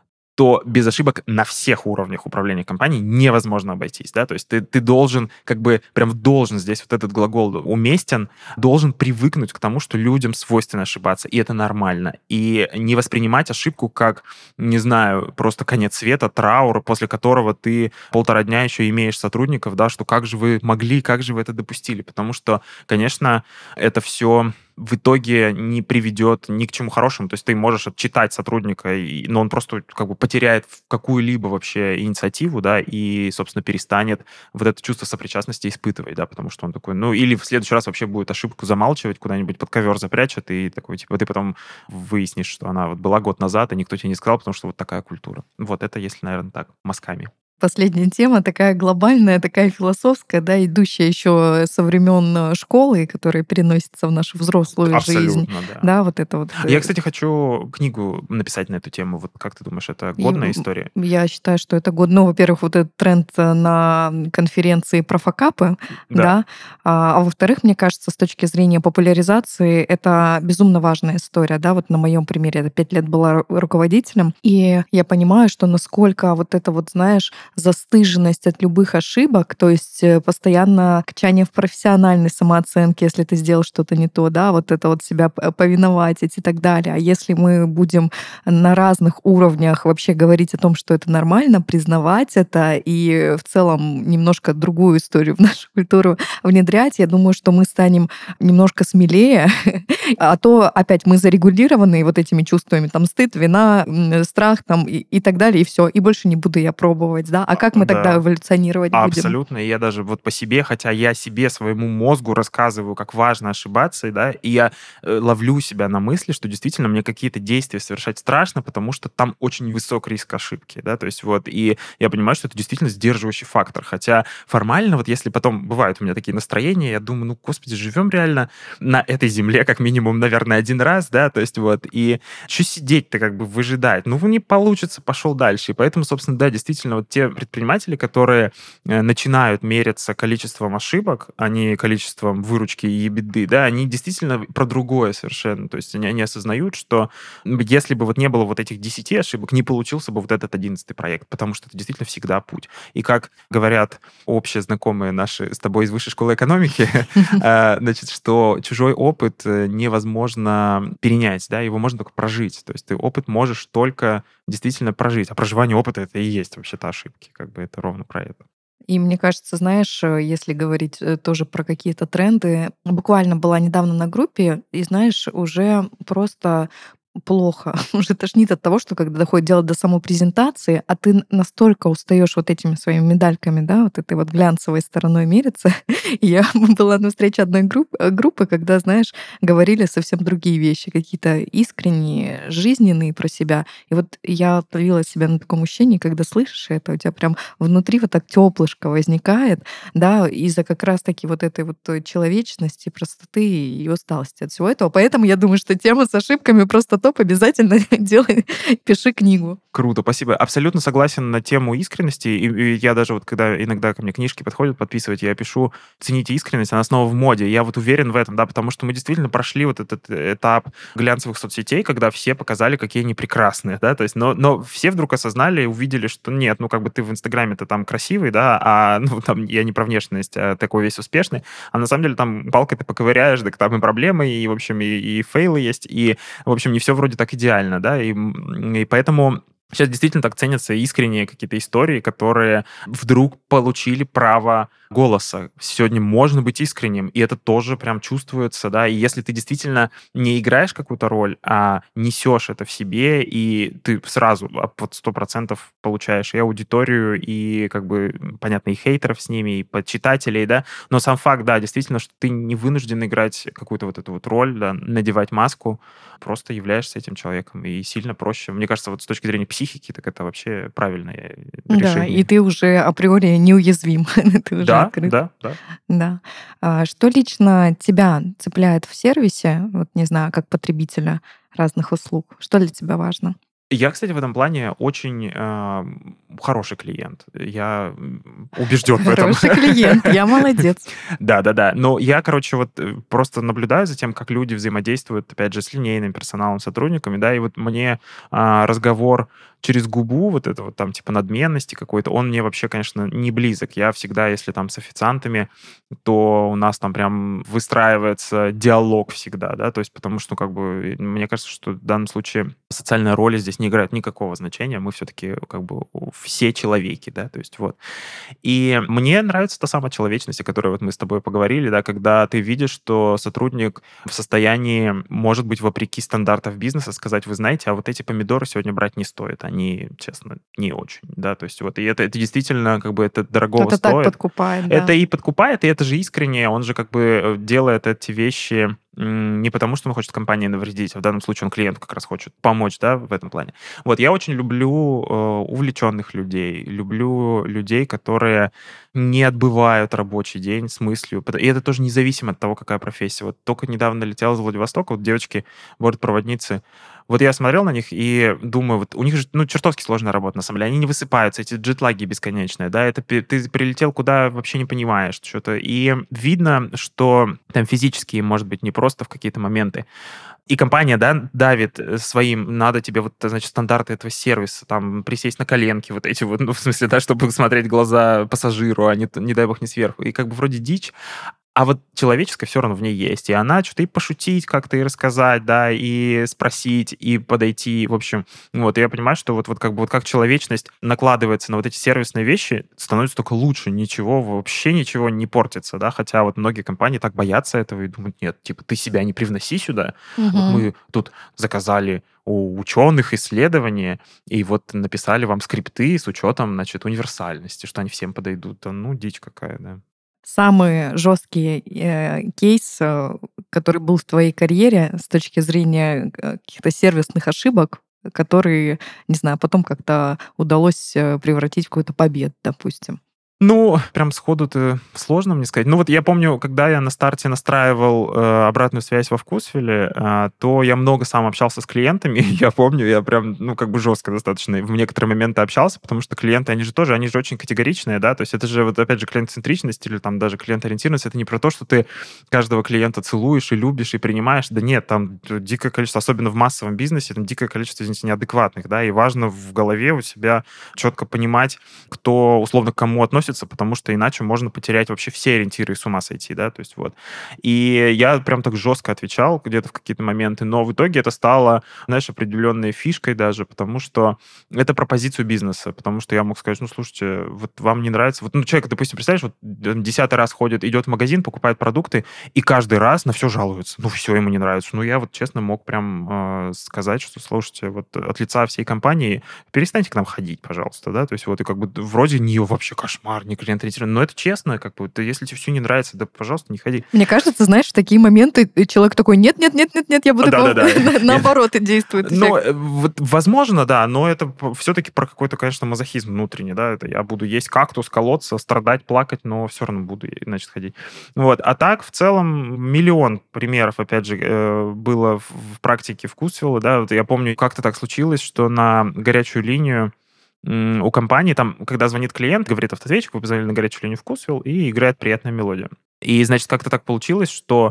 то без ошибок на всех уровнях управления компанией невозможно обойтись, да, то есть ты должен, как бы, прям должен, здесь вот этот глагол уместен, должен привыкнуть к тому, что людям свойственно ошибаться, и это нормально, и не воспринимать ошибку как, не знаю, просто конец света, траур, после которого ты 1,5 дня еще имеешь сотрудников, да, что как же вы могли, как же вы это допустили, потому что, конечно, это все в итоге не приведет ни к чему хорошему. То есть ты можешь отчитать сотрудника, но он просто как бы потеряет какую-либо вообще инициативу, да, и, собственно, перестанет вот это чувство сопричастности испытывать, да, потому что он такой, ну, или в следующий раз вообще будет ошибку замалчивать, куда-нибудь под ковер запрячет, и такой, типа, ты потом выяснишь, что она вот была год назад, и никто тебе не сказал, потому что вот такая культура. Вот это, если, наверное, так, мазками. Последняя тема такая глобальная, такая философская, да, идущая еще со времен школы, которая переносится в нашу взрослую жизнь. Абсолютно, да. Да, вот это вот. Я, кстати, хочу книгу написать на эту тему. Вот как ты думаешь, это И, годная история? я считаю, что это год. Ну, во-первых, вот этот тренд на конференции про факапы, Да, да. А во-вторых, мне кажется, с точки зрения популяризации, это безумно важная история, да. Вот на моем примере, я 5 лет была руководителем, и я понимаю, что насколько вот это вот, знаешь, застыженность от любых ошибок, то есть постоянно качание в профессиональной самооценке, если ты сделал что-то не то, да, вот это вот себя повиновать и так далее. А если мы будем на разных уровнях вообще говорить о том, что это нормально, признавать это и в целом немножко другую историю в нашу культуру внедрять, я думаю, что мы станем немножко смелее, а то опять мы зарегулированы вот этими чувствами, там стыд, вина, страх там и так далее, и все, и больше не буду я пробовать, да? А как мы тогда да. эволюционировать будем? Абсолютно. И я даже вот по себе, хотя я себе, своему мозгу рассказываю, как важно ошибаться, да, и я ловлю себя на мысли, что действительно мне какие-то действия совершать страшно, потому что там очень высок риск ошибки, да, то есть вот, и я понимаю, что это действительно сдерживающий фактор, хотя формально, вот если потом бывают у меня такие настроения, я думаю, ну, господи, живем реально на этой земле как минимум, наверное, один раз, да, то есть вот, и что сидеть-то как бы выжидать? Ну, не получится, пошел дальше, и поэтому, собственно, да, действительно, вот те предприниматели, которые начинают мериться количеством ошибок, а не количеством выручки и беды, да, они действительно про другое совершенно. То есть они осознают, что если бы вот не было вот этих 10 ошибок, не получился бы вот этот 11-й проект, потому что это действительно всегда путь. И как говорят общие знакомые наши с тобой из высшей школы экономики, значит, что чужой опыт невозможно перенять, да, его можно только прожить. То есть ты опыт можешь только действительно прожить. А проживание опыта — это и есть вообще-то ошибки. Как бы это ровно про это. И мне кажется, знаешь, если говорить тоже про какие-то тренды, буквально была недавно на группе, и знаешь, уже просто плохо. Уже тошнит от того, что когда доходит дело до самой презентации, а ты настолько устаешь вот этими своими медальками, да, вот этой вот глянцевой стороной мериться. И я была на встрече одной группы, когда, знаешь, говорили совсем другие вещи, какие-то искренние, жизненные про себя. И вот я ловила себя на таком ощущении, когда слышишь это, у тебя прям внутри вот так теплышко возникает, да, из-за как раз-таки вот этой вот человечности, простоты и усталости от всего этого. Поэтому я думаю, что тема с ошибками просто топ. Обязательно делай, пиши книгу. Круто, спасибо. Абсолютно согласен на тему искренности. И я даже вот, когда иногда ко мне книжки подходят подписывать, я пишу: цените искренность, она снова в моде. Я вот уверен в этом, да, потому что мы действительно прошли вот этот этап глянцевых соцсетей, когда все показали, какие они прекрасные, да, то есть, но все вдруг осознали и увидели, что нет, ну, как бы ты в Инстаграме-то там красивый, да, а, ну, там, я не про внешность, а такой весь успешный, а на самом деле там палкой ты поковыряешь, так там и проблемы, и, в общем, и фейлы есть, и, в общем, не все вроде так идеально, да, и поэтому сейчас действительно так ценятся искренние какие-то истории, которые вдруг получили право голоса. Сегодня можно быть искренним, и это тоже прям чувствуется, да, и если ты действительно не играешь какую-то роль, а несешь это в себе, и ты сразу под 100% получаешь и аудиторию, и, как бы, понятно, и хейтеров с ними, и почитателей, да, но сам факт, да, действительно, что ты не вынужден играть какую-то вот эту вот роль, да, надевать маску, просто являешься этим человеком, и сильно проще. Мне кажется, вот с точки зрения психики, так это вообще правильное Да, и решение. ты уже априори неуязвим, ты уже Да, открыт. да, да. Да. Что лично тебя цепляет в сервисе, вот не знаю, как потребителя разных услуг? Что для тебя важно? Я, кстати, в этом плане очень хороший клиент. Я убежден в этом. Хороший клиент, я молодец. Да-да-да. Но я, короче, вот просто наблюдаю за тем, как люди взаимодействуют, опять же, с линейным персоналом, сотрудниками, да, и вот мне разговор через губу, вот это вот там типа надменности какой-то, он мне вообще, конечно, не близок. Я всегда, если там с официантами, то у нас там прям выстраивается диалог всегда, да, то есть потому что, как бы, мне кажется, что в данном случае социальная роль здесь не играет никакого значения, мы все-таки как бы все человеки, да, то есть вот. И мне нравится та самая человечность, о которой вот мы с тобой поговорили, да, когда ты видишь, что сотрудник в состоянии, может быть, вопреки стандартов бизнеса сказать: вы знаете, а вот эти помидоры сегодня брать не стоит, они, честно, не очень, да, то есть вот, и это действительно, как бы, это дорогого Это так стоит. подкупает, Это да. и подкупает, и это же искренне, он же как бы делает эти вещи не потому, что он хочет компании навредить, а в данном случае он клиенту как раз хочет помочь, да, в этом плане. Вот, я очень люблю увлеченных людей, люблю людей, которые не отбывают рабочий день с мыслью, и это тоже независимо от того, какая профессия. Вот только недавно летел из Владивостока, вот девочки, бортпроводницы, вот я смотрел на них и думаю, вот у них же, ну, чертовски сложная работа, на самом деле. Они не высыпаются, эти джетлаги бесконечные, да, это ты прилетел куда, вообще не понимаешь что-то. И видно, что там физически, может быть, не просто в какие-то моменты. И компания, да, давит своим, надо тебе вот, значит, стандарты этого сервиса, там, присесть на коленки, вот эти вот, ну, в смысле, да, чтобы смотреть в глаза пассажиру, а не дай бог, не сверху. И как бы вроде дичь, а вот человеческое все равно в ней есть. И она что-то и пошутить как-то, и рассказать, да, и спросить, и подойти. В общем, вот, и я понимаю, что вот как бы вот как человечность накладывается на вот эти сервисные вещи, становится только лучше. Ничего, вообще ничего не портится, да, хотя вот многие компании так боятся этого и думают: нет, типа, ты себя не привноси сюда. Вот Мгм. мы тут заказали у ученых исследования, и вот написали вам скрипты с учетом, значит, универсальности, что они всем подойдут. Да ну, дичь какая, да. Самый жесткий кейс, который был в твоей карьере с точки зрения каких-то сервисных ошибок, которые, не знаю, потом как-то удалось превратить в какую-то победу, допустим. Ну, прям сходу-то сложно мне сказать. Ну, вот я помню, когда я на старте настраивал обратную связь во Вкусвилле, то я много сам общался с клиентами. Я помню, я прям, ну, как бы жестко достаточно в некоторые моменты общался, потому что клиенты, они же очень категоричные, да, то есть это же, вот опять же, клиент-центричность или там даже клиент-ориентированность, это не про то, что ты каждого клиента целуешь и любишь и принимаешь, да нет, там дикое количество, особенно в массовом бизнесе, там дикое количество, извините, неадекватных, да, и важно в голове у себя четко понимать, кто условно к кому относится, сносится, потому что иначе можно потерять вообще все ориентиры и с ума сойти, да, то есть вот. И я прям так жестко отвечал где-то в какие-то моменты, но в итоге это стало, знаешь, определенной фишкой даже, потому что это про позицию бизнеса, потому что я мог сказать, ну, слушайте, вот вам не нравится, вот, ну, человек, допустим, представляешь, вот 10-й раз ходит, идет в магазин, покупает продукты, и каждый раз на все жалуется, ну, все ему не нравится. Ну, я вот, честно, мог прям сказать, что, слушайте, вот от лица всей компании перестаньте к нам ходить, пожалуйста, да, то есть вот, и как бы вроде не вообще кошмар, не клиент-ориентированный, но это честно, как бы, если тебе все не нравится, да, пожалуйста, не ходи. Мне кажется, знаешь, в такие моменты человек такой, нет, я буду наоборот действует. Ну, вот, возможно, да, но это все-таки про какой-то, конечно, мазохизм внутренний, да, это я буду есть кактус, колоться, страдать, плакать, но все равно буду, значит, ходить. Вот, а так, в целом, миллион примеров, опять же, было в практике вкусвилла, да, вот я помню, как-то так случилось, что на горячую линию у компании, там, когда звонит клиент, говорит автоответчик, вы позвонили на горячую линию вкусвилл, и играет приятная мелодия. И, значит, как-то так получилось, что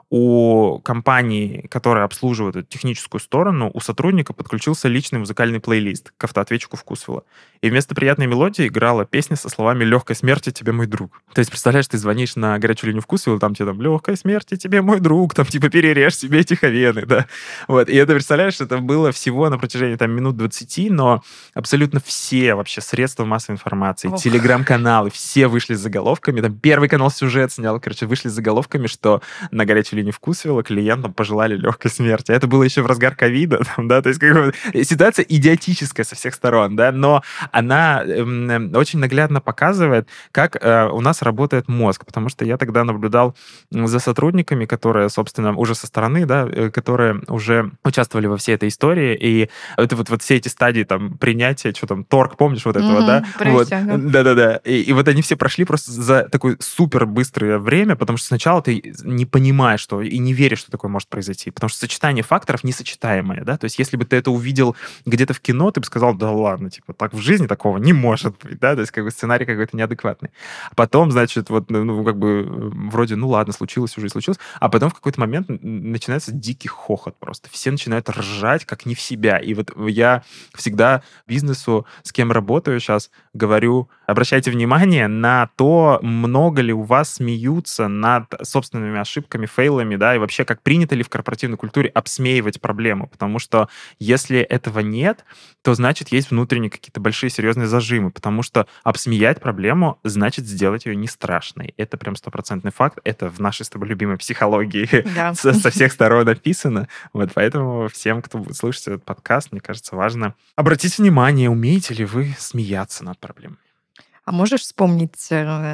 у компании, которая обслуживает эту техническую сторону, у сотрудника подключился личный музыкальный плейлист к автоответчику вкусвилла. И вместо приятной мелодии играла песня со словами «Легкой смерти тебе, мой друг». То есть, представляешь, ты звонишь на горячую линию вкусвилла, там тебе там «Легкой смерти тебе, мой друг», там типа «Перережь себе тиховены», да. Вот. И это, представляешь, это было всего на протяжении там минут 20, но абсолютно все вообще средства массовой информации, телеграм-каналы, все вышли с заголовками, там Первый канал сюжет снял, короче, вышли с заголовками, что на горячей линии вкусвилла клиентам пожелали легкой смерти. Это было еще в разгар ковида, да, то есть как бы, ситуация идиотическая со всех сторон, да, но она очень наглядно показывает, как у нас работает мозг, потому что я тогда наблюдал за сотрудниками, которые, собственно, уже со стороны, да, которые уже участвовали во всей этой истории, и это вот все эти стадии там принятия, что там, торг, помнишь вот этого, да? Вот. Да-да-да. И вот они все прошли просто за такое супер быстрое время, потому что сначала ты не понимаешь, что и не веришь, что такое может произойти, потому что сочетание факторов несочетаемое, да, то есть если бы ты это увидел где-то в кино, ты бы сказал, да ладно, типа, так в жизни такого не может быть, да, то есть как бы сценарий какой-то неадекватный. А потом, значит, вот, ну, как бы вроде, ну ладно, случилось уже и случилось, а потом в какой-то момент начинается дикий хохот просто. Все начинают ржать, как не в себя. И вот я всегда бизнесу, с кем работаю сейчас, говорю, обращайте внимание на то, много ли у вас смеются над собственными ошибками, фейлами, да, и вообще, как принято ли в корпоративной культуре обсмеивать проблему, потому что если этого нет, то значит есть внутренние какие-то большие серьезные зажимы, потому что обсмеять проблему значит сделать ее не страшной. Это прям стопроцентный факт, это в нашей с тобой любимой психологии со всех сторон написано, вот, поэтому всем, кто будет слушать этот подкаст, мне кажется, важно обратить внимание, умеете ли вы смеяться над проблемой. А можешь вспомнить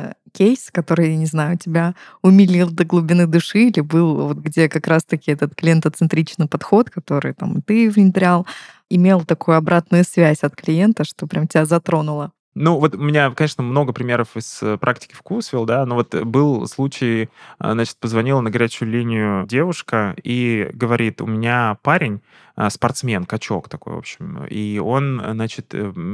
кейс, который, не знаю, тебя умилил до глубины души, или был вот где как раз-таки этот клиентоцентричный подход, который там ты внедрял, имел такую обратную связь от клиента, что прям тебя затронуло? Ну, вот у меня, конечно, много примеров из практики вкусвилл, да, но вот был случай, значит, позвонила на горячую линию девушка и говорит, у меня парень, спортсмен, качок такой, в общем, и он, значит,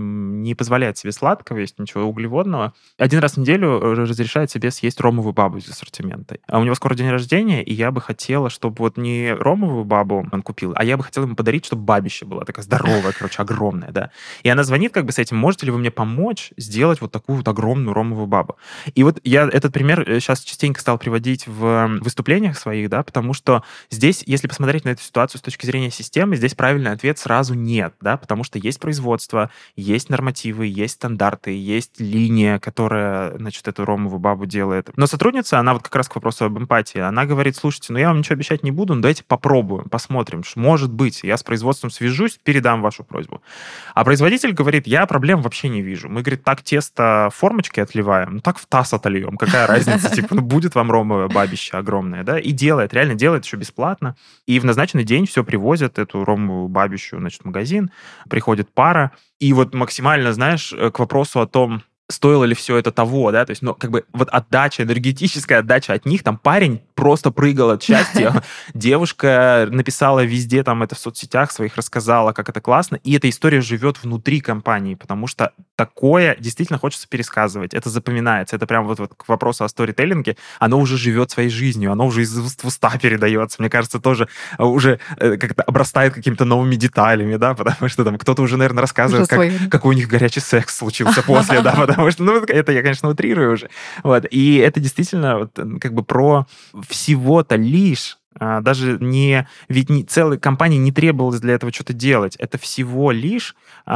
не позволяет себе сладкого есть, ничего углеводного. Один раз в неделю разрешает себе съесть ромовую бабу из ассортимента. А у него скоро день рождения, и я бы хотела, чтобы вот не ромовую бабу он купил, а я бы хотела ему подарить, чтобы бабища была такая здоровая, короче, огромная, да. И она звонит как бы с этим, можете ли вы мне помочь сделать вот такую вот огромную ромовую бабу? И вот я этот пример сейчас частенько стал приводить в выступлениях своих, да, потому что здесь, если посмотреть на эту ситуацию с точки зрения системы, здесь правильный ответ сразу нет, да, потому что есть производство, есть нормативы, есть стандарты, есть линия, которая, значит, эту ромовую бабу делает. Но сотрудница, она вот как раз к вопросу об эмпатии, она говорит, слушайте, ну я вам ничего обещать не буду, но давайте попробуем, посмотрим, что может быть, я с производством свяжусь, передам вашу просьбу. А производитель говорит, я проблем вообще не вижу. Мы, говорит, так тесто формочкой отливаем, ну так в таз отольем, какая разница, типа, ну будет вам ромовое бабище огромное, да, и делает, реально делает еще бесплатно, и в назначенный день все привозят, эту ромовую бабищу, значит, в магазин, приходит пара, и вот максимально, знаешь, к вопросу о том, стоило ли все это того, да, то есть, ну, как бы вот отдача, энергетическая отдача от них, там парень просто прыгал от счастья. Девушка написала везде там это в соцсетях своих, рассказала, как это классно, и эта история живет внутри компании, потому что такое действительно хочется пересказывать, это запоминается, это прям вот к вопросу о сторителлинге, оно уже живет своей жизнью, оно уже из уст в уста передается, мне кажется, тоже уже как-то обрастает какими-то новыми деталями, да, потому что там кто-то уже, наверное, рассказывает, какой у них горячий секс случился после, да, потому что, это я, конечно, утрирую уже, вот, и это действительно вот, как бы про всего-то лишь, даже ведь целой компании не требовалось для этого что-то делать. Это всего лишь,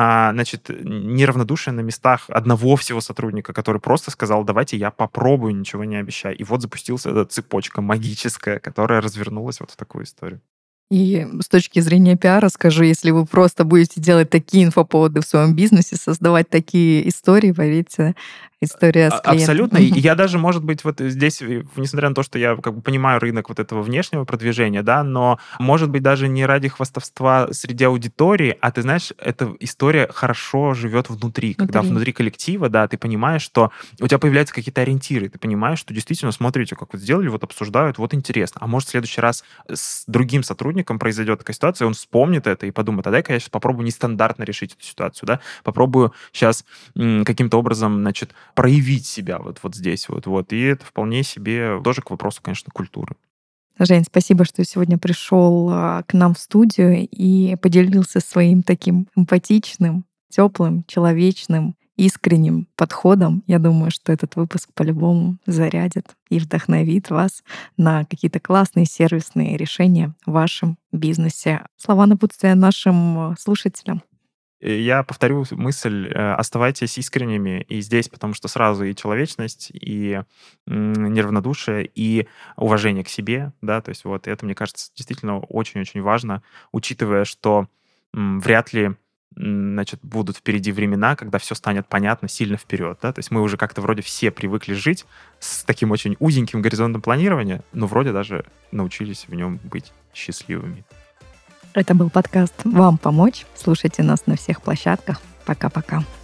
неравнодушие на местах одного всего сотрудника, который просто сказал, давайте я попробую, ничего не обещаю. И вот запустилась эта цепочка магическая, которая развернулась вот в такую историю. И с точки зрения пиара скажу, если вы просто будете делать такие инфоповоды в своем бизнесе, создавать такие истории, поверьте, история с клиентом. Абсолютно. И я даже, может быть, вот здесь, несмотря на то, что я как бы понимаю рынок вот этого внешнего продвижения, да, но, может быть, даже не ради хвастовства среди аудитории, а ты знаешь, эта история хорошо живет внутри. Когда внутри коллектива, да, ты понимаешь, что у тебя появляются какие-то ориентиры, ты понимаешь, что действительно, смотрите, как вот сделали, вот обсуждают, вот интересно. А может, в следующий раз с другим сотрудником произойдет такая ситуация, он вспомнит это и подумает, а дай-ка я сейчас попробую нестандартно решить эту ситуацию, да, попробую сейчас каким-то образом, проявить себя вот здесь вот. И это вполне себе тоже к вопросу, конечно, культуры. Жень, спасибо, что сегодня пришел к нам в студию и поделился своим таким эмпатичным, теплым, человечным, искренним подходом. Я думаю, что этот выпуск по-любому зарядит и вдохновит вас на какие-то классные сервисные решения в вашем бизнесе. Слова напутствия нашим слушателям. Я повторю мысль, оставайтесь искренними и здесь, потому что сразу и человечность, и неравнодушие, и уважение к себе, да, то есть вот это, мне кажется, действительно очень-очень важно, учитывая, что вряд ли будут впереди времена, когда все станет понятно сильно вперед, да, то есть мы уже как-то вроде все привыкли жить с таким очень узеньким горизонтом планирования, но вроде даже научились в нем быть счастливыми. Это был подкаст «Вам помочь». Слушайте нас на всех площадках. Пока-пока.